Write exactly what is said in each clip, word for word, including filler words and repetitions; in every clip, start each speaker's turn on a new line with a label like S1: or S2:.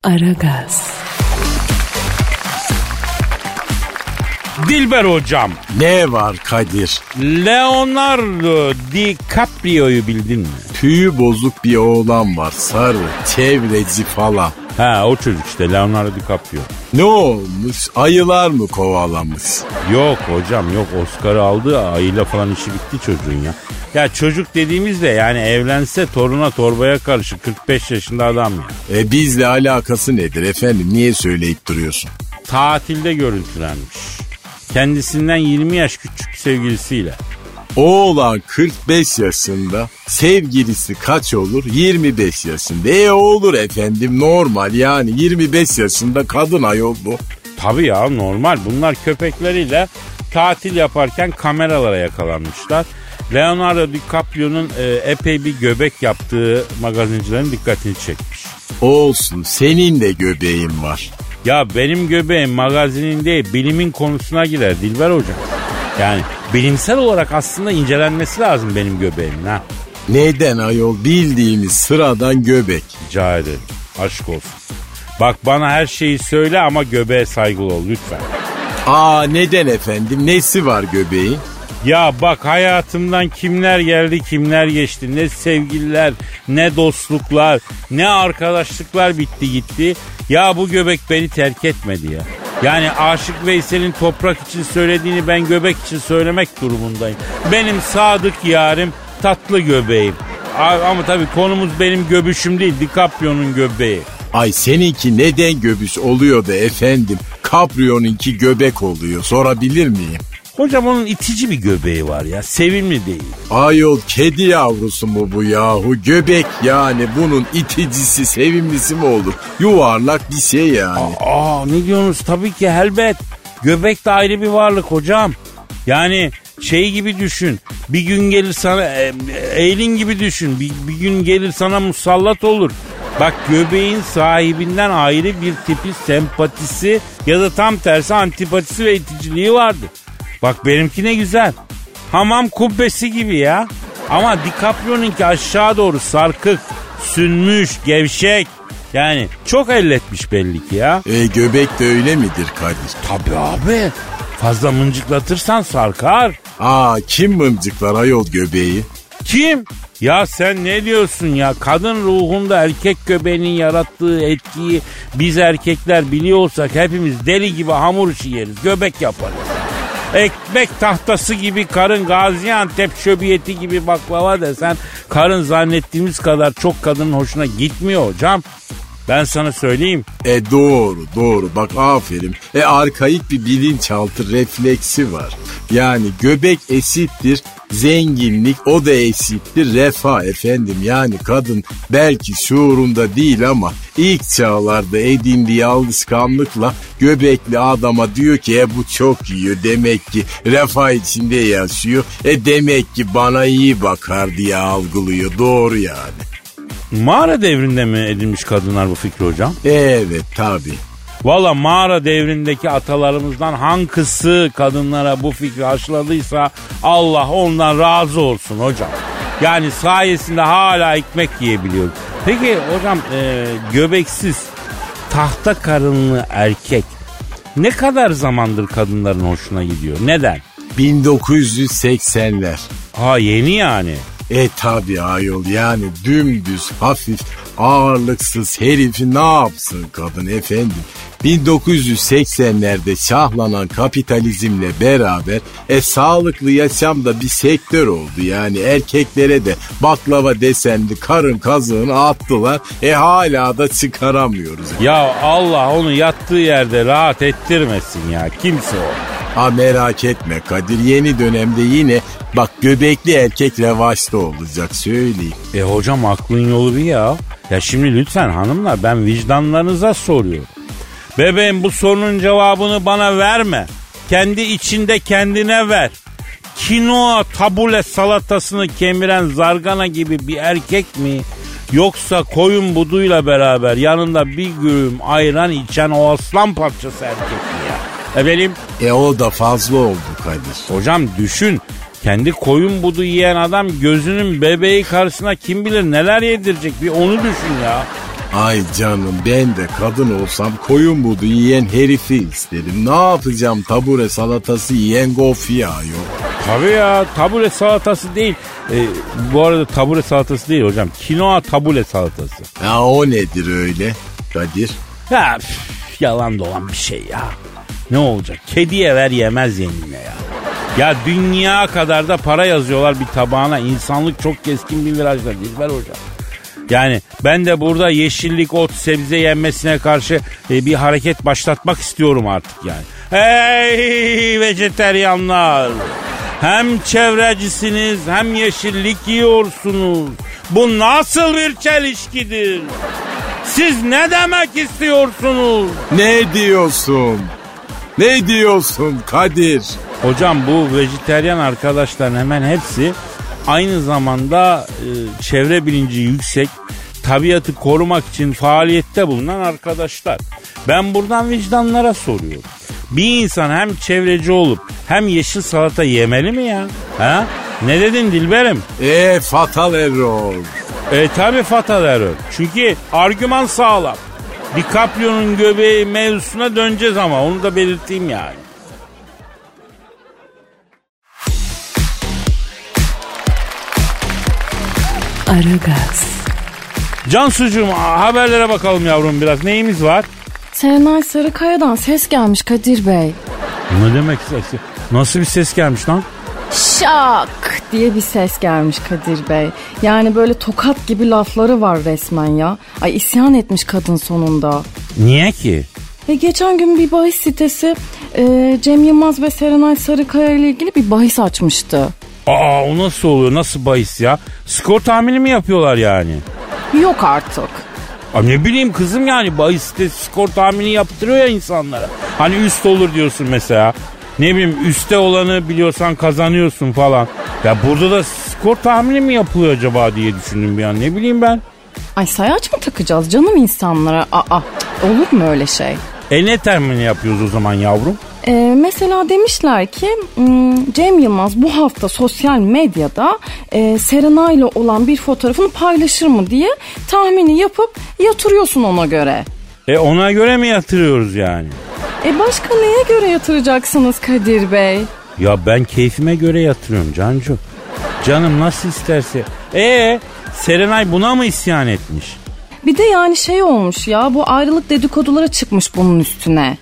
S1: Aragaz.
S2: Dilber hocam.
S3: Ne var Kadir?
S2: Leonardo DiCaprio'yu bildin mi?
S3: Tüyü bozuk bir oğlan var, sarı, çevreci falan.
S2: Ha, o çocuk işte, Leonardo DiCaprio.
S3: Ne olmuş? Ayılar mı kovalamış?
S2: Yok hocam yok, Oscar'ı aldı, ayıyla falan işi bitti çocuğun ya. Ya çocuk dediğimizde yani evlense toruna torbaya karşı kırk beş yaşında adam ya.
S3: E bizle alakası nedir efendim? Niye söyleyip duruyorsun?
S2: Tatilde görüntülenmiş. Kendisinden yirmi yaş küçük sevgilisiyle.
S3: Oğlan kırk beş yaşında, sevgilisi kaç olur? yirmi beş yaşında. E olur efendim, normal yani, yirmi beş yaşında kadın ayol bu.
S2: Tabii ya, normal. Bunlar köpekleriyle tatil yaparken kameralara yakalanmışlar. Leonardo DiCaprio'nun e, epey bir göbek yaptığı magazincilerin dikkatini çekmiş.
S3: Olsun, senin de göbeğin var.
S2: Ya benim göbeğim magazinin değil, bilimin konusuna girer Dilber hocam. Yani bilimsel olarak aslında incelenmesi lazım benim göbeğimin ha.
S3: Neden ayol? Bildiğimiz sıradan göbek.
S2: Rica ederim. Aşk olsun. Bak bana her şeyi söyle ama göbeğe saygılı ol lütfen.
S3: Aa neden efendim? Nesi var göbeğin?
S2: Ya bak, hayatımdan kimler geldi kimler geçti. Ne sevgililer, ne dostluklar, ne arkadaşlıklar bitti gitti. Ya bu göbek beni terk etmedi ya. Yani Aşık Veysel'in toprak için söylediğini ben göbek için söylemek durumundayım. Benim sadık yarim, tatlı göbeğim. Ama tabii konumuz benim göbüşüm değil, DiCaprio'nun göbeği.
S3: Ay seninki neden göbüş oluyor da efendim, Caprio'nunki göbek oluyor, sorabilir miyim?
S2: Hocam onun itici bir göbeği var ya, sevimli değil.
S3: Ayol kedi yavrusu mu bu yahu? Göbek yani, bunun iticisi sevimlisi mi olur? Yuvarlak bir şey yani.
S2: Aa, ne diyorsunuz? Tabii ki elbet. Göbek de ayrı bir varlık hocam. Yani şey gibi düşün. Bir gün gelir sana e, Eylin gibi düşün. Bir, bir gün gelir sana musallat olur. Bak, göbeğin sahibinden ayrı bir tipi sempatisi ya da tam tersi antipatisi ve iticiliği vardır. Bak benimki ne güzel. Hamam kubbesi gibi ya. Ama DiCaprio'nunki aşağı doğru sarkık, sünmüş, gevşek. Yani çok elletmiş belli ki ya.
S3: E göbek de öyle midir Kadir?
S2: Tabii abi. Fazla mıncıklatırsan sarkar.
S3: Aa kim mıncıklar ayol göbeği?
S2: Kim? Ya sen ne diyorsun ya? Kadın ruhunda erkek göbeğinin yarattığı etkiyi biz erkekler biliyorsak hepimiz deli gibi hamur işi yeriz, göbek yaparız. Ekmek tahtası gibi karın, Gaziantep şöbiyeti gibi baklava desen karın zannettiğimiz kadar çok kadının hoşuna gitmiyor hocam. Ben sana söyleyeyim.
S3: E doğru doğru, bak aferin. E arkaik bir bilinçaltı refleksi var. Yani göbek esittir zenginlik, o da esittir refah efendim. Yani kadın belki şuurunda değil ama ilk çağlarda edindiği alışkanlıkla göbekli adama diyor ki e bu çok yiyor, demek ki refah içinde yaşıyor. E demek ki bana iyi bakar diye algılıyor, doğru yani.
S2: Mağara devrinde mi edinmiş kadınlar bu fikri hocam?
S3: Evet tabii.
S2: Valla mağara devrindeki atalarımızdan hangisi kadınlara bu fikri aşıladıysa Allah ondan razı olsun hocam. Yani sayesinde hala ekmek yiyebiliyoruz. Peki hocam e, göbeksiz tahta karınlı erkek ne kadar zamandır kadınların hoşuna gidiyor? Neden?
S3: bin dokuz yüz seksenler.
S2: Ha yeni yani.
S3: E tabi ayol, yani dümdüz hafif ağırlıksız herifi ne yapsın kadın efendim. bin dokuz yüz seksenlerde şahlanan kapitalizmle beraber e sağlıklı yaşam da bir sektör oldu. Yani erkeklere de baklava desenli karın kazığını attılar. E hala da çıkaramıyoruz.
S2: Ya Allah onu yattığı yerde rahat ettirmesin ya, kimse o.
S3: Ha merak etme Kadir, yeni dönemde yine bak göbekli erkek revaçta olacak, söyleyeyim.
S2: E hocam aklın yolu bir ya. Ya şimdi lütfen hanımlar, ben vicdanlarınıza soruyorum. Bebeğim bu sorunun cevabını bana verme. Kendi içinde kendine ver. Kinoa tabule salatasını kemiren zargana gibi bir erkek mi? Yoksa koyun buduyla beraber yanında bir güğüm ayran içen o aslan parçası erkek mi ya? Efendim?
S3: E o da fazla oldu Kadir.
S2: Hocam düşün. Kendi koyun budu yiyen adam gözünün bebeği karşısına kim bilir neler yedirecek, bir onu düşün ya.
S3: Ay canım, ben de kadın olsam koyun budu yiyen herifi isterim. Ne yapacağım, tabure salatası yiyen gofya yok.
S2: Tabii ya, tabure salatası değil. Ee, bu arada tabure salatası değil hocam. Kinoa tabure salatası.
S3: Ya o nedir öyle Kadir?
S2: Ya üf, yalan dolan bir şey ya. Ne olacak? Kediye ver yemez yenine ya. Ya dünya kadar da para yazıyorlar bir tabağına. İnsanlık çok keskin bir virajda. Dilber hocam. Yani ben de burada yeşillik, ot, sebze yenmesine karşı e, bir hareket başlatmak istiyorum artık yani. Hey vejeteryanlar! Hem çevrecisiniz hem yeşillik yiyorsunuz. Bu nasıl bir çelişkidir? Siz ne demek istiyorsunuz?
S3: Ne diyorsun? Ne diyorsun Kadir?
S2: Hocam bu vejeteryan arkadaşların hemen hepsi aynı zamanda e, çevre bilinci yüksek, tabiatı korumak için faaliyette bulunan arkadaşlar. Ben buradan vicdanlara soruyorum. Bir insan hem çevreci olup hem yeşil salata yemeli mi ya? Ha? Ne dedin Dilberim?
S3: Eee fatal error.
S2: E tabi fatal error. Çünkü argüman sağlam. DiCaprio'nun göbeği mevzusuna döneceğiz ama onu da belirteyim yani.
S1: Aragaz.
S2: Cansucuğum, haberlere bakalım yavrum biraz. Neyimiz var?
S1: Serenay Sarıkaya'dan ses gelmiş Kadir Bey.
S2: Ne demek sesi? Nasıl bir ses gelmiş lan?
S1: Şak diye bir ses gelmiş Kadir Bey. Yani böyle tokat gibi lafları var resmen ya. Ay isyan etmiş kadın sonunda.
S2: Niye ki?
S1: E geçen gün bir bahis sitesi e, Cem Yılmaz ve Serenay Sarıkaya ile ilgili bir bahis açmıştı.
S2: Aa, o nasıl oluyor? Nasıl bahis ya? Skor tahmini mi yapıyorlar yani?
S1: Yok artık.
S2: Aa, ne bileyim kızım, yani bahis sitesi skor tahmini yaptırıyor ya insanlara. Hani üst olur diyorsun mesela. Ne bileyim üstte olanı biliyorsan kazanıyorsun falan. Ya burada da skor tahmini mi yapılıyor acaba diye düşündüm bir an. Ne bileyim ben.
S1: Ay sayaç mı takacağız canım insanlara? Aa, olur mu öyle şey?
S2: E ne tahmini yapıyoruz o zaman yavrum?
S1: Ee, mesela demişler ki Cem Yılmaz bu hafta sosyal medyada e, Serenay'la olan bir fotoğrafını paylaşır mı diye tahmini yapıp yatırıyorsun ona göre.
S2: E ona göre mi yatırıyoruz yani?
S1: E başka neye göre yatıracaksınız Kadir Bey?
S2: Ya ben keyfime göre yatırıyorum Cancu. Canım nasıl isterse. E Serenay buna mı isyan etmiş?
S1: Bir de yani şey olmuş ya, bu ayrılık dedikoduları çıkmış bunun üstüne.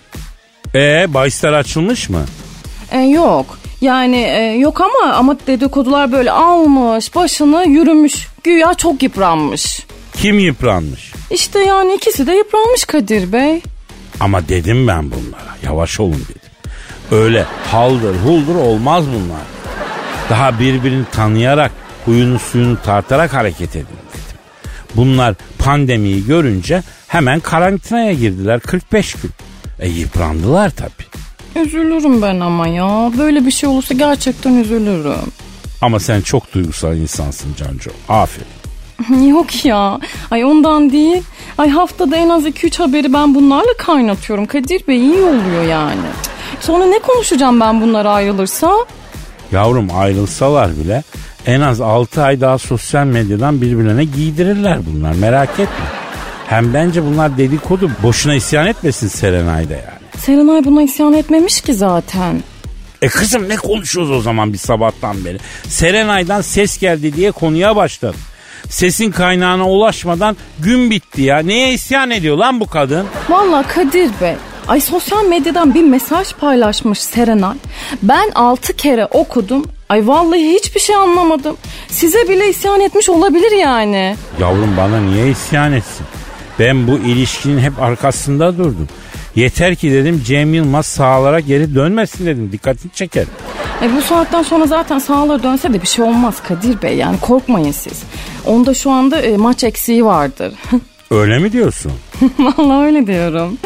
S2: E bahisler açılmış mı?
S1: E, yok yani e, yok ama ama dedikodular böyle almış başını yürümüş, güya çok yıpranmış.
S2: Kim yıpranmış?
S1: İşte yani ikisi de yıpranmış Kadir Bey.
S2: Ama dedim ben bunlara, yavaş olun dedim. Öyle haldır huldur olmaz bunlar. Daha birbirini tanıyarak, huyunu suyunu tartarak hareket edin dedim. Bunlar pandemiyi görünce hemen karantinaya girdiler kırk beş gün. E yıprandılar tabii.
S1: Üzülürüm ben ama ya. Böyle bir şey olursa gerçekten üzülürüm.
S2: Ama sen çok duygusal insansın Cancu. Aferin.
S1: Yok ya. Ay ondan değil. Ay haftada en az iki üç haberi ben bunlarla kaynatıyorum. Kadir Bey iyi oluyor yani. Sonra ne konuşacağım ben bunlar ayrılırsa?
S2: Yavrum ayrılsalar bile en az altı ay daha sosyal medyadan birbirine giydirirler bunlar, merak etme. Hem bence bunlar dedikodu, boşuna isyan etmesin Serenay'da yani.
S1: Serenay buna isyan etmemiş ki zaten.
S2: E kızım ne konuşuyoruz o zaman bir sabahtan beri? Serenay'dan ses geldi diye konuya başladım. Sesin kaynağına ulaşmadan gün bitti ya. Neye isyan ediyor lan bu kadın?
S1: Vallahi Kadir Bey, ay sosyal medyadan bir mesaj paylaşmış Serenay. Ben altı kere okudum. Ay vallahi hiçbir şey anlamadım. Size bile isyan etmiş olabilir yani.
S2: Yavrum bana niye isyan etsin? Ben bu ilişkinin hep arkasında durdum. Yeter ki dedim Cem Yılmaz sahalara geri dönmesin dedim. Dikkatini çeker.
S1: E bu saatten sonra zaten sahalara dönse de bir şey olmaz Kadir Bey. Yani korkmayın siz. Onda şu anda e, maç eksiği vardır.
S2: Öyle mi diyorsun?
S1: Vallahi öyle diyorum.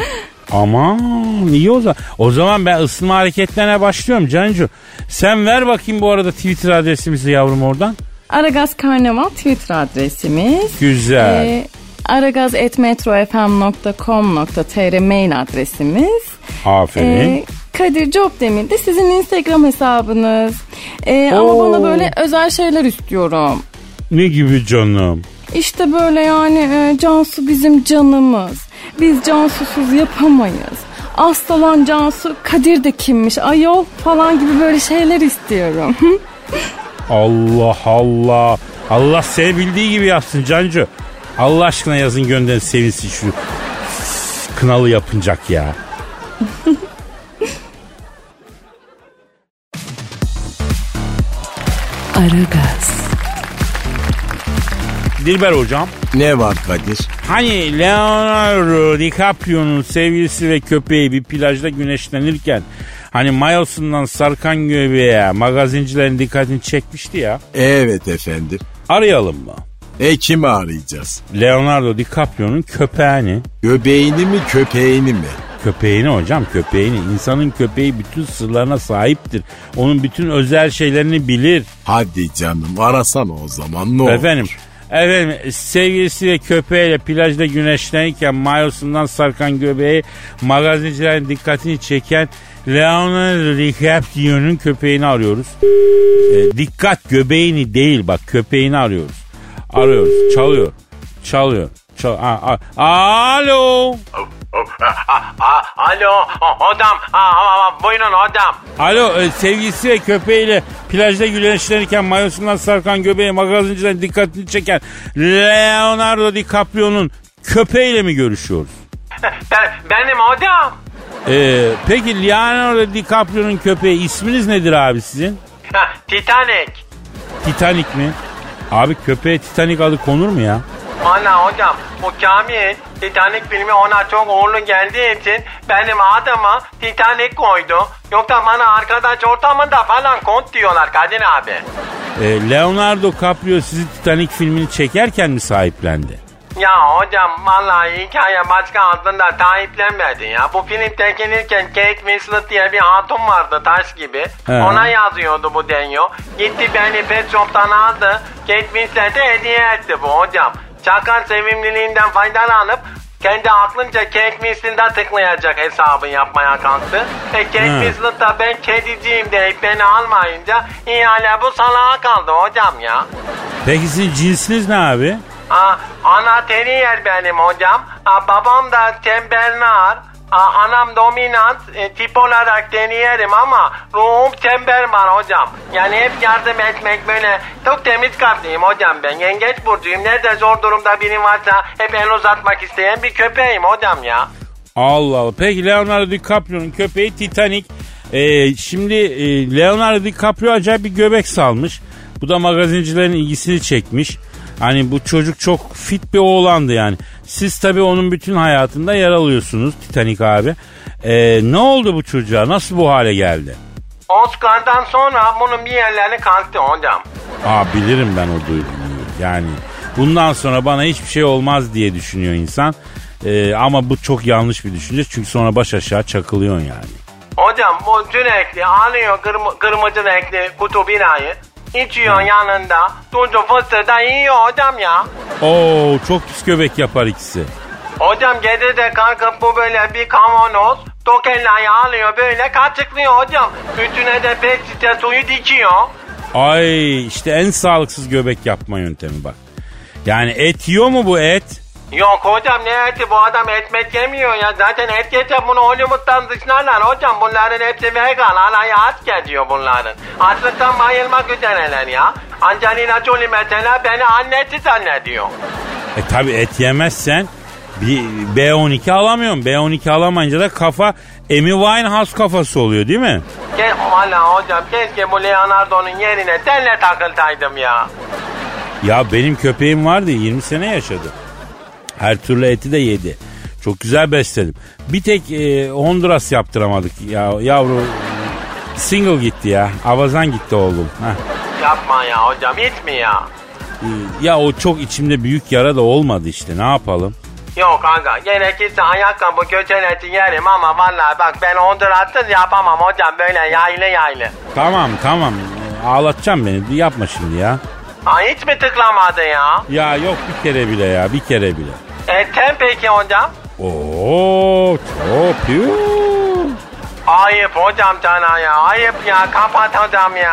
S2: Aman iyi o zaman. O zaman ben ısınma hareketlerine başlıyorum Cancu. Sen ver bakayım bu arada Twitter adresimizi yavrum oradan.
S1: Aragaz Karnaval Twitter adresimiz.
S2: Güzel.
S1: E, aragaz at metrofm nokta com nokta tr mail adresimiz.
S2: Aferin.
S1: E, Kadir Copdemir de sizin Instagram hesabınız. E, ama bana böyle özel şeyler istiyorum.
S2: Ne gibi canım?
S1: İşte böyle yani e, Cansu bizim canımız. Biz Cansu'suz yapamayız. Aslan Cansu, Kadir de kimmiş ayol falan gibi böyle şeyler istiyorum.
S2: Allah Allah. Allah seni bildiği gibi yapsın Cancu. Allah aşkına yazın gönderin sevinsin şu kınalı yapınacak ya.
S4: Aragaz.
S2: Dilber hocam.
S3: Ne var Kadir?
S2: Hani Leonardo DiCaprio'nun sevgilisi ve köpeği bir plajda güneşlenirken hani mayosundan sarkan göbeğe magazincilerin dikkatini çekmişti ya.
S3: Evet efendim.
S2: Arayalım mı?
S3: E kimi arayacağız?
S2: Leonardo DiCaprio'nun köpeğini.
S3: Göbeğini mi köpeğini mi?
S2: Köpeğini hocam, köpeğini. İnsanın köpeği bütün sırlarına sahiptir. Onun bütün özel şeylerini bilir.
S3: Hadi canım arasana o zaman ne olur.
S2: Efendim, efendim sevgilisi ve köpeğiyle plajda güneşlenirken mayosundan sarkan göbeği magazincilerin dikkatini çeken Leonardo DiCaprio'nun köpeğini arıyoruz. E, dikkat, göbeğini değil bak, köpeğini arıyoruz. Arıyoruz, çalıyor, çalıyor. Çal a, a, alo.
S5: Alo hocam, buyurun hocam.
S2: Alo, e, sevgilisi ve köpeğiyle plajda güneşlenirken mayosundan sarkan göbeği magazincilerin dikkatini çeken Leonardo DiCaprio'nun köpeğiyle mi görüşüyoruz?
S5: Ben, benim hocam.
S2: E, peki Leonardo DiCaprio'nun köpeği isminiz nedir abi sizin?
S5: Titanic.
S2: Titanic mi? Abi köpeğe Titanic adı konur mu ya?
S5: Valla hocam bu Kamil Titanic filmi ona çok uğurlu geldiği için benim adıma Titanic koydu. Yoksa bana arkadaş ortamında falan kont diyorlar Kadir abi.
S2: E, Leonardo DiCaprio sizi Titanic filmini çekerken mi sahiplendi?
S5: Ya hocam vallahi hikaye başka aslında sahiplenmedi ya. Bu film çekilirken Kate Winslet diye bir hatun vardı taş gibi.
S2: He.
S5: Ona yazıyordu bu denyo. Gitti beni pet shop'tan aldı. Kate Winslet'e hediye etti bu hocam. Çakal sevimliliğinden faydalanıp kendi aklınca Kate Winslet'e tıklayacak hesabı yapmaya kalktı. Ve Kate Winslet da ben kediciyim deyip beni almayınca ihale bu salağa kaldı hocam ya.
S2: Peki sizin cinsiniz ne abi?
S5: Aa, ana terrier benim hocam. Aa, babam da tembernar. Aa, anam dominant. E, tip olarak deneyerim ama ruhum temberman hocam. Yani hep yardım etmek böyle. Çok temiz kalpliyim hocam ben. Yengeç burcuyum. Nerede zor durumda biri varsa hep el uzatmak isteyen bir köpeğim hocam ya.
S2: Allah Allah. Peki Leonardo DiCaprio'nun köpeği Titanic. Ee, şimdi e, Leonardo DiCaprio acayip bir göbek salmış. Bu da magazincilerin ilgisini çekmiş. Hani bu çocuk çok fit bir oğlandı yani. Siz tabii onun bütün hayatında yer alıyorsunuz Titanic abi. Ee, ne oldu bu çocuğa? Nasıl bu hale geldi?
S5: Oscar'dan sonra bunun bir yerlerini kalktı hocam.
S2: Aa bilirim ben o duyguyu. Yani bundan sonra bana hiçbir şey olmaz diye düşünüyor insan. Ee, ama bu çok yanlış bir düşünce. Çünkü sonra baş aşağı çakılıyorsun yani.
S5: Hocam bu sürekli alıyor kırm- kırmızı renkli kutu birayı. İçiyor yanında. Tuzu fıstığı da yiyor hocam ya.
S2: Oo çok pis göbek yapar ikisi.
S5: Hocam gece de kalkıp bu böyle bir kavanoz tokellayı alıyor böyle kaçıklıyor hocam. Üstüne de peçete suyu dikiyor.
S2: Ay işte en sağlıksız göbek yapma yöntemi bak. Yani et yiyor mu bu et?
S5: Yok hocam ne eti, bu adam etmet yemiyor ya. Zaten et yese bunu Hollywood'dan dışlarlar hocam. Bunların hepsi vegan, alaya aç geziyor bunların. Açlıktan bayılmak üzereler ya. Angelina Jolie mesela beni annesi zannediyor.
S2: E tabi et yemezsen bir B on iki alamıyorsun. B on iki alamayınca da kafa Amy Winehouse kafası oluyor değil mi?
S5: Ke Valla hocam keşke bu Leonardo'nun yerine senle takılsaydım ya.
S2: Ya benim köpeğim vardı, yirmi sene yaşadı. Her türlü eti de yedi. Çok güzel besledim. Bir tek e, Honduras yaptıramadık ya yavru. Single gitti ya. Avazan gitti oğlum. Heh.
S5: Yapma ya hocam, hiç mi ya?
S2: E, ya o çok içimde büyük yara da olmadı işte. Ne yapalım?
S5: Yok kanka, gerekirse ayakkabı köçeleti yerim ama vallahi bak ben Honduras'sız yapamam hocam, böyle yaylı yaylı.
S2: Tamam tamam. Ağlatacağım beni. Yapma şimdi ya.
S5: Ha, hiç mi tıklamadı ya?
S2: Ya yok bir kere bile ya. Bir kere bile.
S5: E sen peki hocam?
S2: Oo çok iyi.
S5: Ayıp hocam sana ya. Ayıp ya. Kapat hocam ya.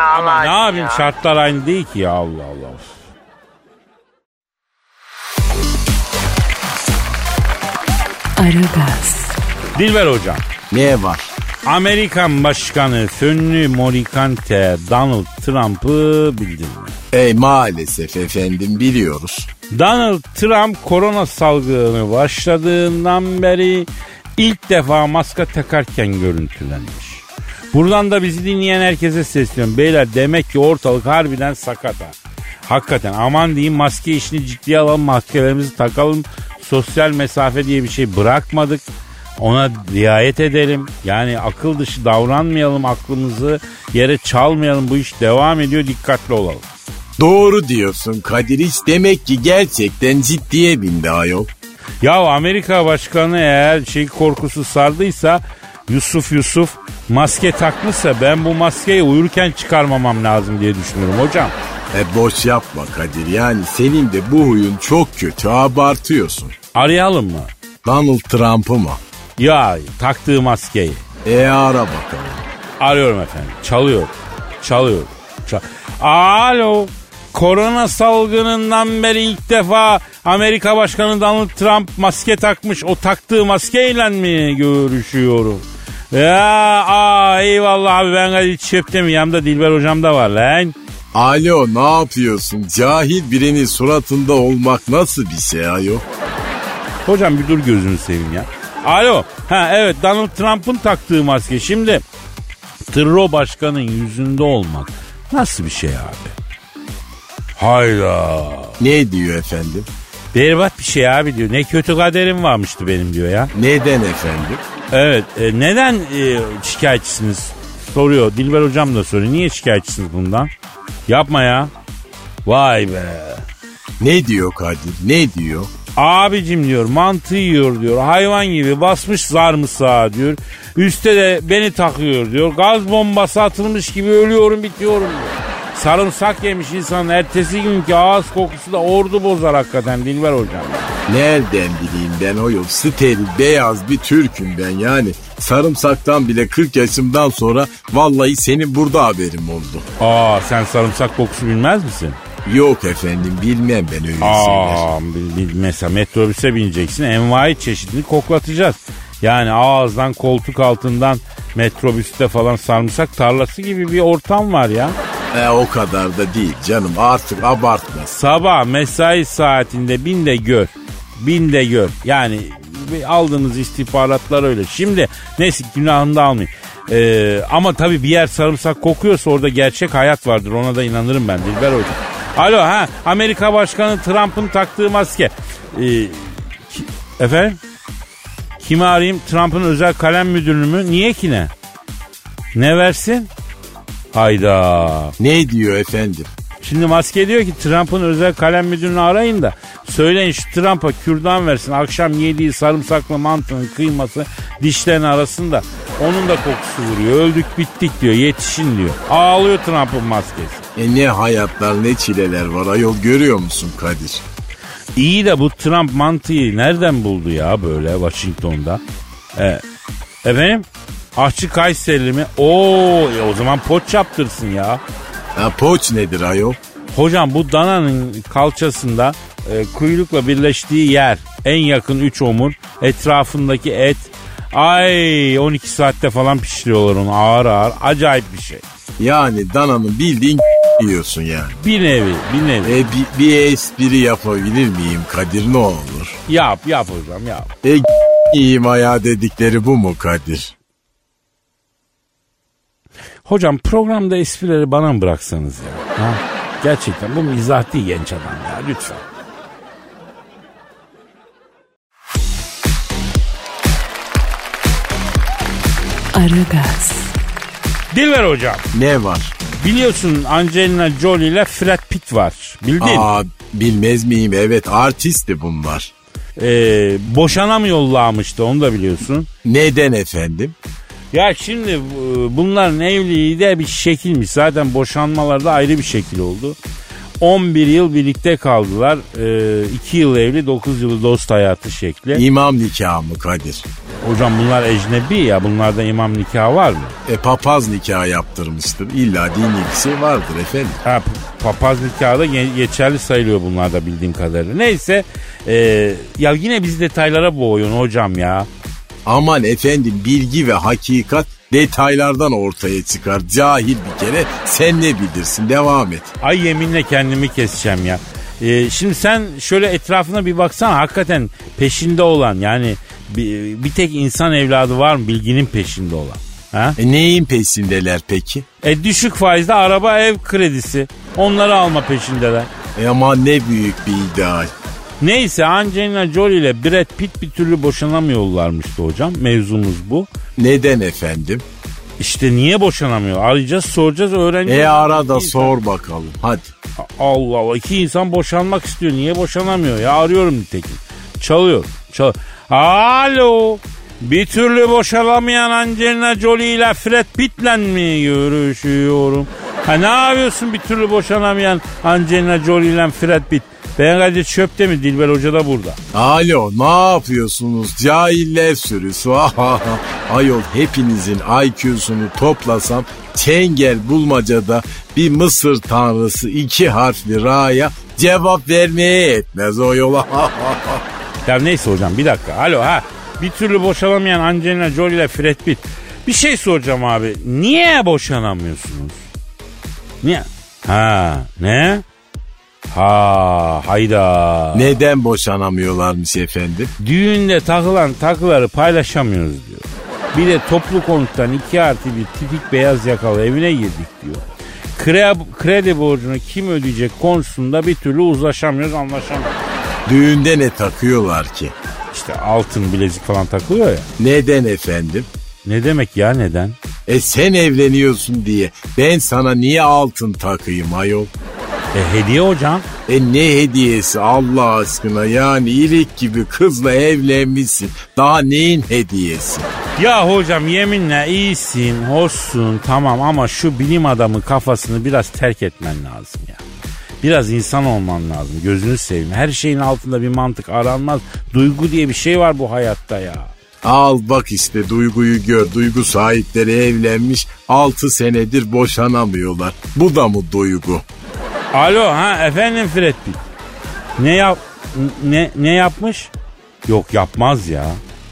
S2: Ama,
S5: Allah,
S2: ama ne
S5: Allah,
S2: yapayım
S5: ya.
S2: şartlar aynı değil ki ya, Allah Allah.
S4: Aragaz.
S2: Dilber hocam.
S3: Ne var?
S2: Amerikan Başkanı Fönlü Morikante Donald Trump'ı bildin mi?
S3: E maalesef efendim biliyoruz.
S2: Donald Trump korona salgını başladığından beri ilk defa maske takarken görüntülenmiş. Buradan da bizi dinleyen herkese sesleniyorum. Beyler demek ki ortalık harbiden sakat ha. Hakikaten aman diyeyim, maske işini ciddiye alalım, maskelerimizi takalım. Sosyal mesafe diye bir şey bırakmadık. Ona riayet edelim. Yani akıl dışı davranmayalım, aklımızı yere çalmayalım. Bu iş devam ediyor, dikkatli olalım.
S3: Doğru diyorsun Kadir, hiç demek ki gerçekten ciddiye bindi ayol.
S2: Ya Amerika Başkanı eğer şey korkusu sardıysa, Yusuf Yusuf maske takmışsa ben bu maskeyi uyurken çıkarmamam lazım diye düşünüyorum hocam.
S3: E boş yapma Kadir, yani senin de bu huyun çok kötü, abartıyorsun.
S2: Arayalım mı?
S3: Donald Trump'ı mı?
S2: Ya taktığı maskeyi.
S3: E ara bakalım.
S2: Arıyorum efendim. Çalıyor. Çalıyor. Çal- Alo. Korona salgınından beri ilk defa Amerika Başkanı Donald Trump maske takmış. O taktığı maskeyle mi görüşüyorum? Ya aa, eyvallah abi, ben hadi çöptüm. Yanımda Dilber hocam da var lan.
S3: Alo, ne yapıyorsun? Cahil birinin suratında olmak nasıl bir şey ayol?
S2: Hocam bir dur, gözünü seveyim ya. Alo. Ha evet, Donald Trump'ın taktığı maske. Şimdi Tırro Başkan'ın yüzünde olmak nasıl bir şey abi? Hayda.
S3: Ne diyor efendim?
S2: Berbat bir şey abi diyor. Ne kötü kaderim varmıştı benim diyor ya.
S3: Neden efendim?
S2: Evet. E, neden e, şikayetçisiniz? Soruyor. Dilber hocam da soruyor. Niye şikayetçisiniz bundan? Yapma ya. Vay be.
S3: Ne diyor Kadir? Ne diyor?
S2: Abicim diyor, mantı yiyor diyor. Hayvan gibi basmış sarımsağı diyor. Üste de beni takıyor diyor. Gaz bombası atılmış gibi ölüyorum, bitiyorum diyor. Sarımsak yemiş insanın ertesi günkü ağız kokusu da ordu bozar hakikaten Dilber hocam.
S3: Nereden bileyim ben o yol? Steril, beyaz bir Türk'üm ben yani. Sarımsaktan bile kırk yaşımdan sonra vallahi senin burada haberim oldu.
S2: Aa, sen sarımsak kokusu bilmez misin?
S3: Yok efendim, bilmem ben öyle
S2: Aa,
S3: şeyler.
S2: bil, bil, mesela metrobüse bineceksin, envai çeşidini koklatacağız. Yani ağızdan, koltuk altından, metrobüste falan sarımsak tarlası gibi bir ortam var ya.
S3: E o kadar da değil canım, artık abartma.
S2: Sabah mesai saatinde bin de gör. Bin de gör. Yani aldığınız istihbaratlar öyle. Şimdi neyse, günahını da almayayım. Ee, ama tabii bir yer sarımsak kokuyorsa orada gerçek hayat vardır. Ona da inanırım ben Dilber hocam. Alo, ha Amerika Başkanı Trump'ın taktığı maske. Ee, ki, efendim? Kimi arayayım? Trump'ın özel kalem müdürünü mü? Niye ki ne? Ne versin? Hayda.
S3: Ne diyor efendim?
S2: Şimdi maske diyor ki Trump'ın özel kalem müdürünü arayın da söyleyin şu Trump'a kürdan versin. Akşam yediği sarımsaklı mantının kıyması dişlerin arasında. Onun da kokusu vuruyor. Öldük bittik diyor. Yetişin diyor. Ağlıyor Trump'ın maskesi.
S3: E ne hayatlar, ne çileler var ayol, görüyor musun Kadir?
S2: İyi de bu Trump mantıyı nereden buldu ya böyle Washington'da? E, efendim? Ahçı Kayserili mi? Oo, e o zaman poç yaptırsın ya.
S3: Ha, poç nedir ayol?
S2: Hocam bu dananın kalçasında e, kuyrukla birleştiği yer, en yakın üç omur, etrafındaki et. Ay on iki saatte falan pişiriyorlar onu ağır ağır. Acayip bir şey.
S3: Yani dananın bildiğin yiyorsun yani.
S2: Bir nevi, bir nevi.
S3: E bir, bir espri yapabilir miyim Kadir, ne olur?
S2: Yap, yap hocam yap.
S3: E yiyeyim ayağı dedikleri bu mu Kadir?
S2: Hocam programda esprileri bana mı bıraksanız ya? Ha? Gerçekten bu mizah değil genç adam ya, lütfen.
S4: Aragaz.
S2: Dilber hocam.
S3: Ne var?
S2: Biliyorsun Angelina Jolie ile Brad Pitt var. Bildin?
S3: Aa, bilmez miyim? Evet, artisti bunlar.
S2: Ee, boşana mı yollamıştı, onu da biliyorsun.
S3: Neden efendim?
S2: Ya şimdi bunların evliliği de bir şekilmiş. Zaten boşanmaları da ayrı bir şekil oldu. on bir yıl birlikte kaldılar. iki yıl evli, dokuz yılı dost hayatı şekli.
S3: İmam nikahı mı Kadir?
S2: Hocam bunlar ecnebi ya, bunlarda imam nikahı var mı?
S3: E papaz nikahı yaptırmıştır. İlla dini bir şey vardır efendim.
S2: Ha, papaz nikahı da geçerli sayılıyor bunlarda bildiğim kadarıyla. Neyse e, ya yine biz detaylara boğuyorsun hocam ya.
S3: Aman efendim, bilgi ve hakikat detaylardan ortaya çıkar. Cahil bir kere, sen ne bilirsin, devam et.
S2: Ay yeminle kendimi keseceğim ya. Ee, şimdi sen şöyle etrafına bir baksana, hakikaten peşinde olan, yani bir, bir tek insan evladı var mı bilginin peşinde olan? Ha?
S3: E neyin peşindeler peki?
S2: E düşük faizde araba, ev kredisi, onları alma peşindeler.
S3: E ama ne büyük bir ideal.
S2: Neyse, Angelina Jolie ile Brad Pitt bir türlü boşanamıyorlarmıştı hocam. Mevzumuz bu.
S3: Neden efendim?
S2: İşte niye boşanamıyor? Arayacağız, soracağız, öğreneceğiz.
S3: E ara da sor bakalım hadi.
S2: Allah Allah, iki insan boşanmak istiyor. Niye boşanamıyor ya? Arıyorum nitekim. Çalıyor. Çal. Alo. Bir türlü boşalamayan Angelina Jolie ile Brad Pitt'le mi görüşüyorum? Ha, ne yapıyorsun bir türlü boşanamayan Angelina Jolie ile Brad Pitt? Ben Kadir çöpte mi? Dilber Hoca da burada.
S3: Alo, ne yapıyorsunuz? Cahiller sürüsü. Ayol, hepinizin I Q'sunu toplasam çengel bulmacada bir Mısır tanrısı iki harfli Ra'ya cevap vermeye etmez o yola.
S2: Ya neyse hocam, bir dakika. Alo, ha. Bir türlü boşalamayan Angelina Jolie ile Brad Pitt. Bir şey soracağım abi. Niye boşanamıyorsunuz? Niye? Ha, ne? Ha, hayda.
S3: Neden boşanamıyorlarmış efendim?
S2: Düğünde takılan takıları paylaşamıyoruz diyor. Bir de toplu konuttan iki artı bir tipik beyaz yakalı evine girdik diyor. Kredi, kredi borcunu kim ödeyecek konusunda bir türlü uzlaşamıyoruz, anlaşamıyoruz.
S3: Düğünde ne takıyorlar ki?
S2: İşte altın bilezik falan takılıyor ya.
S3: Neden efendim?
S2: Ne demek ya, neden?
S3: E sen evleniyorsun diye ben sana niye altın takayım ayol?
S2: E hediye hocam.
S3: E ne hediyesi Allah aşkına, yani ilik gibi kızla evlenmişsin. Daha neyin hediyesi?
S2: Ya hocam yeminle iyisin, hoşsun, tamam, ama şu bilim adamı kafasını biraz terk etmen lazım ya. Biraz insan olman lazım, gözünü seveyim. Her şeyin altında bir mantık aranmaz. Duygu diye bir şey var bu hayatta ya.
S3: Al bak işte, duyguyu gör. Duygu sahipleri evlenmiş, altı senedir boşanamıyorlar. Bu da mı duygu?
S2: Alo, ha efendim Brad Pitt. Ne yap ne ne yapmış? Yok, yapmaz ya.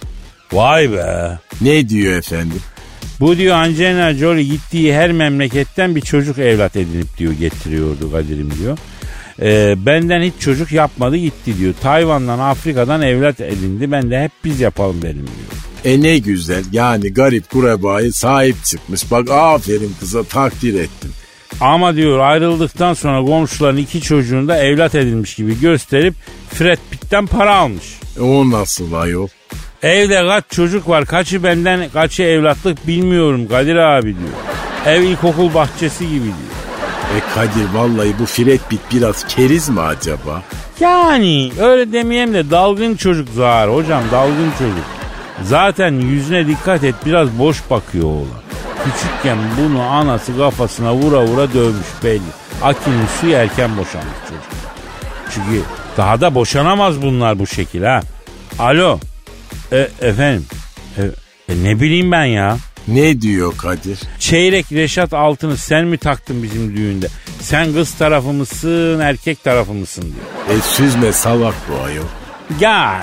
S2: Vay be.
S3: Ne diyor efendim?
S2: Bu diyor Angelina Jolie gittiği her memleketten bir çocuk evlat edinip diyor getiriyordu Kadir'im diyor. Ee, benden hiç çocuk yapmadı gitti diyor. Tayvan'dan, Afrika'dan evlat edindi. Ben de hep biz yapalım dedim diyor.
S3: E ne güzel, yani garip kurebayı sahip çıkmış. Bak aferin kıza, takdir ettim.
S2: Ama diyor ayrıldıktan sonra komşuların iki çocuğunu da evlat edinmiş gibi gösterip Brad Pitt'ten para almış.
S3: E o nasıl ayol?
S2: Evde kaç çocuk var, kaçı benden, kaçı evlatlık bilmiyorum Kadir abi diyor. Ev ilkokul bahçesi gibi diyor.
S3: E Kadir, vallahi bu Brad Pitt biraz keriz mi acaba?
S2: Yani öyle demeyeyim de dalgın çocuk Zahar hocam, dalgın çocuk. Zaten yüzüne dikkat et, biraz boş bakıyor oğlan. Küçükken bunu anası kafasına vura vura dövmüş belli. Akinin suyu erken boşanmış çocuk. Çünkü daha da boşanamaz bunlar bu şekil ha. Alo. E, efendim. E, e, ne bileyim ben ya.
S3: Ne diyor Kadir?
S2: Çeyrek Reşat altını sen mi taktın bizim düğünde? Sen kız tarafı mısın, erkek tarafı mısın diyor.
S3: E süzme salak bu ayol.
S2: Yani.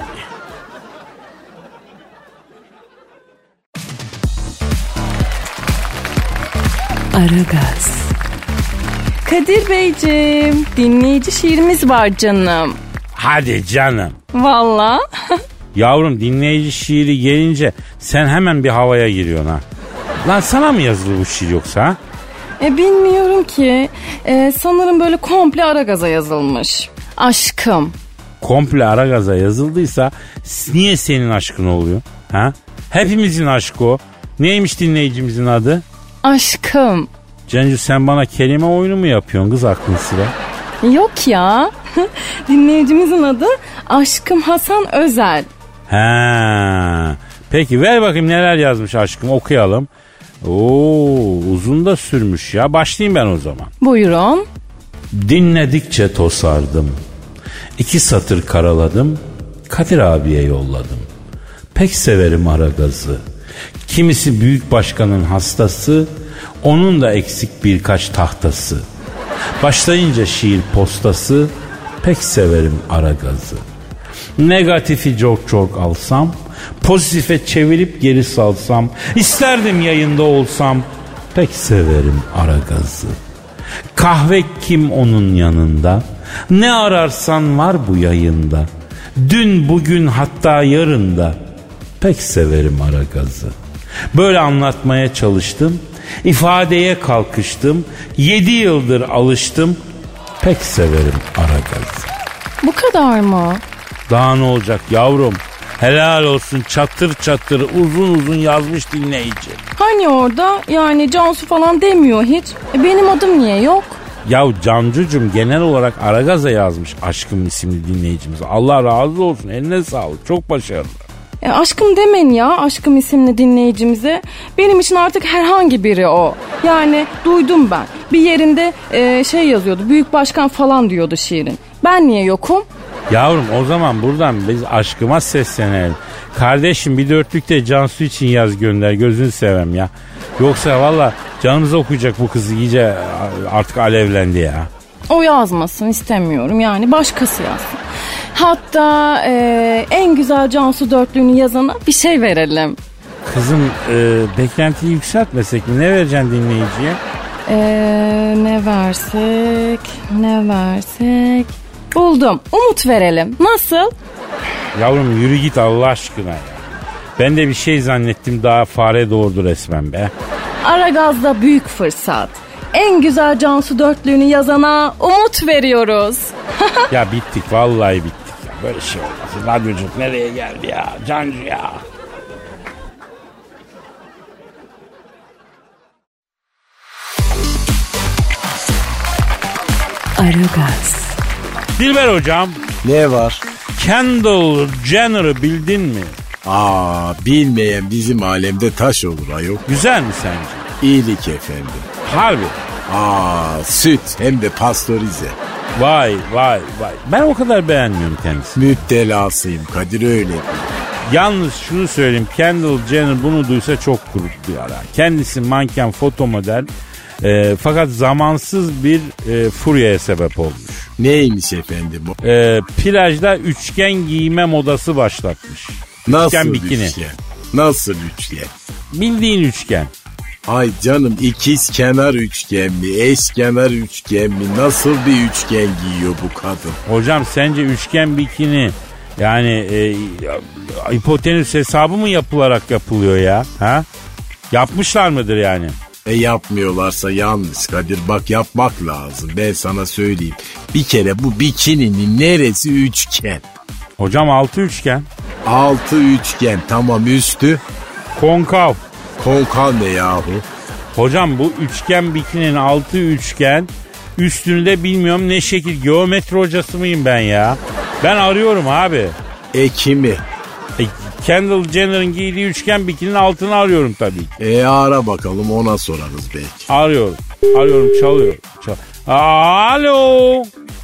S4: Aragaz.
S1: Kadir Beyciğim, dinleyici şiirimiz var canım.
S2: Hadi canım.
S1: Valla.
S2: Yavrum, dinleyici şiiri gelince sen hemen bir havaya giriyorsun ha. Lan sana mı yazılı bu şiir yoksa ha?
S1: E bilmiyorum ki. E, sanırım böyle komple Aragaz'a yazılmış. Aşkım.
S2: Komple Aragaz'a yazıldıysa niye senin aşkın oluyor? Ha? Hepimizin aşkı o. Neymiş dinleyicimizin adı?
S1: Aşkım.
S2: Cencu, sen bana kelime oyunu mu yapıyorsun kız, aklın sıra?
S1: Yok ya. Dinleyicimizin adı Aşkım Hasan Özel.
S2: Ha. Peki ver bakayım neler yazmış aşkım, okuyalım. Oo, uzun da sürmüş ya. Başlayayım ben o zaman.
S1: Buyurun.
S2: Dinledikçe tosardım. İki satır karaladım. Kadir abiye yolladım. Pek severim Aragaz'ı. Kimisi büyük başkanın hastası, onun da eksik birkaç tahtası. Başlayınca şiir postası, pek severim Aragaz'ı. Negatifi çok çok alsam, pozitife çevirip geri salsam, isterdim yayında olsam, pek severim Aragaz'ı. Kahve kim onun yanında, ne ararsan var bu yayında. Dün, bugün, hatta yarın da, pek severim Aragaz'ı. Böyle anlatmaya çalıştım, ifadeye kalkıştım, yedi yıldır alıştım, pek severim Aragaz'ı.
S1: Bu kadar mı?
S2: Daha ne olacak yavrum? Helal olsun, çatır çatır uzun uzun yazmış dinleyici.
S1: Hani orada yani Cansu falan demiyor hiç. E benim adım niye yok?
S2: Ya Cancucum genel olarak Aragaz'a yazmış Aşkım isimli dinleyicimiz. Allah razı olsun, eline sağlık, çok başarılı.
S1: E aşkım demeyin ya, Aşkım isimli dinleyicimize. Benim için artık herhangi biri o. Yani duydum ben. Bir yerinde e, şey yazıyordu, büyük başkan falan diyordu şiirin. Ben niye yokum?
S2: Yavrum o zaman buradan biz Aşkım'a seslenelim. Kardeşim bir dörtlük de Cansu için yaz gönder, gözünü sevem ya. Yoksa valla canınız okuyacak bu kızı, iyice artık alevlendi ya.
S1: O yazmasın istemiyorum, yani başkası yazsın. Hatta e, en güzel Cansu dörtlüğünü yazana bir şey verelim.
S2: Kızım e, beklentiyi yükseltmesek mi? Ne vereceksin dinleyiciye?
S1: E, ne versek, ne versek... Buldum. Umut verelim. Nasıl?
S2: Yavrum yürü git Allah aşkına ya. Ben de bir şey zannettim, daha fare doğurdu resmen be.
S1: Aragaz'da büyük fırsat. En güzel Cansu dörtlüğünü yazana umut veriyoruz.
S2: Ya bittik vallahi bittik ya. Böyle şey olmaz. Radyocuk nereye geldi ya? Cancu ya.
S4: Aragaz.
S2: Dilber hocam.
S3: Ne var?
S2: Kendall Jenner'ı bildin mi?
S3: Aa, bilmeyen bizim alemde taş olur ayol.
S2: Güzel mi sence?
S3: İyilik efendim.
S2: Harbi.
S3: Aa, süt hem de pastörize.
S2: Vay vay vay. Ben o kadar beğenmiyorum kendisini.
S3: Müptelasıyım Kadir, öyle değil.
S2: Yalnız şunu söyleyeyim. Kendall Jenner bunu duysa çok gurur duyar. Kendisi manken, foto model. E, fakat zamansız bir e, furyaya sebep olmuş.
S3: Neymiş efendim o?
S2: E, plajda üçgen giyme modası başlatmış.
S3: Nasıl
S2: üçgen bikini.
S3: üçgen? Nasıl üçgen?
S2: Bildiğin üçgen.
S3: Ay canım, ikiz kenar üçgen mi, eşkenar üçgen mi, nasıl bir üçgen giyiyor bu kadın?
S2: Hocam sence üçgen bikini yani e, hipotenüs hesabı mı yapılarak yapılıyor ya? Ha? Yapmışlar mıdır yani?
S3: E yapmıyorlarsa yanlış Kadir, bak yapmak lazım, ben sana söyleyeyim. Bir kere bu bikininin neresi üçgen?
S2: Hocam altı üçgen.
S3: Altı üçgen tamam, üstü?
S2: Konkav.
S3: Konkav ne yahu?
S2: Hocam bu üçgen bikininin altı üçgen, üstünü de bilmiyorum ne şekil, geometri hocası mıyım ben ya? Ben arıyorum abi.
S3: E kimi?
S2: E, Kendall Jenner'ın giydiği üçgen bikininin altını arıyorum tabii ki.
S3: E ara bakalım, ona sorarız belki.
S2: Arıyorum. Arıyorum, çalıyor. Çal Alo.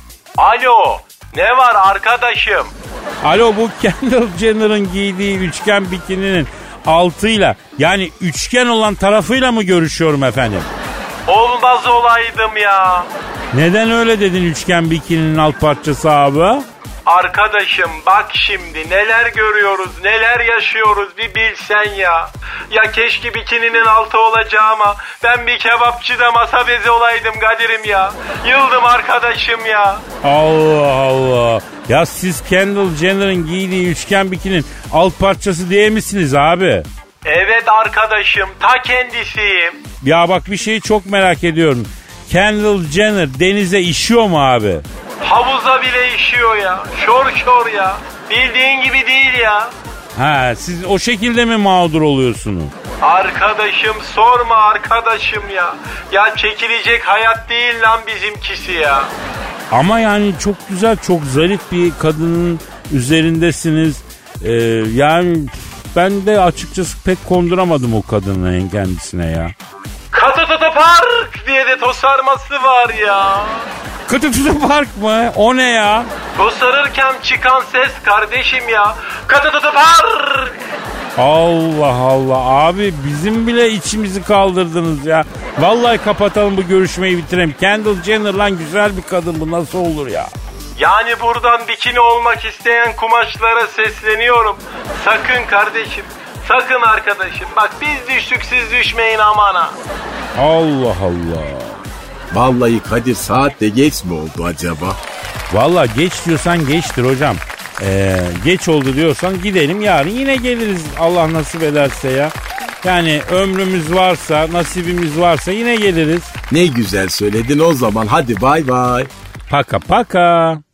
S5: Alo, ne var arkadaşım?
S2: Alo, bu Kendall Jenner'ın giydiği üçgen bikininin altıyla, yani üçgen olan tarafıyla mı görüşüyorum efendim?
S5: Olmaz olaydım ya.
S2: Neden öyle dedin üçgen bikininin alt parçası abi?
S5: Arkadaşım bak şimdi neler görüyoruz, neler yaşıyoruz bir bilsen ya. Ya keşke bikininin altı olacağıma ben bir kebapçıda masa bezi olaydım Kadir'im ya. Yıldım arkadaşım ya.
S2: Allah Allah. Ya siz Kendall Jenner'ın giydiği üçgen bikinin alt parçası değil misiniz abi?
S5: Evet arkadaşım, ta kendisiyim.
S2: Ya bak bir şeyi çok merak ediyorum. Kendall Jenner denize işiyor mu abi?
S5: Havuza bile işiyor ya. Şor şor ya. Bildiğin gibi değil ya.
S2: Ha, siz o şekilde mi mağdur oluyorsunuz?
S5: Arkadaşım sorma arkadaşım ya. Ya çekilecek hayat değil lan bizimkisi ya.
S2: Ama yani çok güzel, çok zarif bir kadının üzerindesiniz. Ee, yani ben de açıkçası pek konduramadım o kadının kendisine ya.
S5: Katatada Park diye de tosarması var ya.
S2: Katatada Park mı? O ne ya?
S5: Kusarırken çıkan ses kardeşim ya. Katı tutup har.
S2: Allah Allah abi bizim bile içimizi kaldırdınız ya. Vallahi kapatalım bu görüşmeyi bitirelim. Kendall Jenner lan güzel bir kadın bu nasıl olur ya?
S5: Yani buradan bikini olmak isteyen kumaşlara sesleniyorum. Sakın kardeşim, sakın arkadaşım. Bak biz düştük siz düşmeyin aman ha.
S2: Allah Allah.
S3: Vallahi Kadir saat de geç mi oldu acaba?
S2: Vallahi geç diyorsan geçtir hocam. Ee, geç oldu diyorsan gidelim yarın yine geliriz Allah nasip ederse ya. Yani ömrümüz varsa nasibimiz varsa yine geliriz.
S3: Ne güzel söyledin o zaman hadi bay bay.
S2: Paka paka.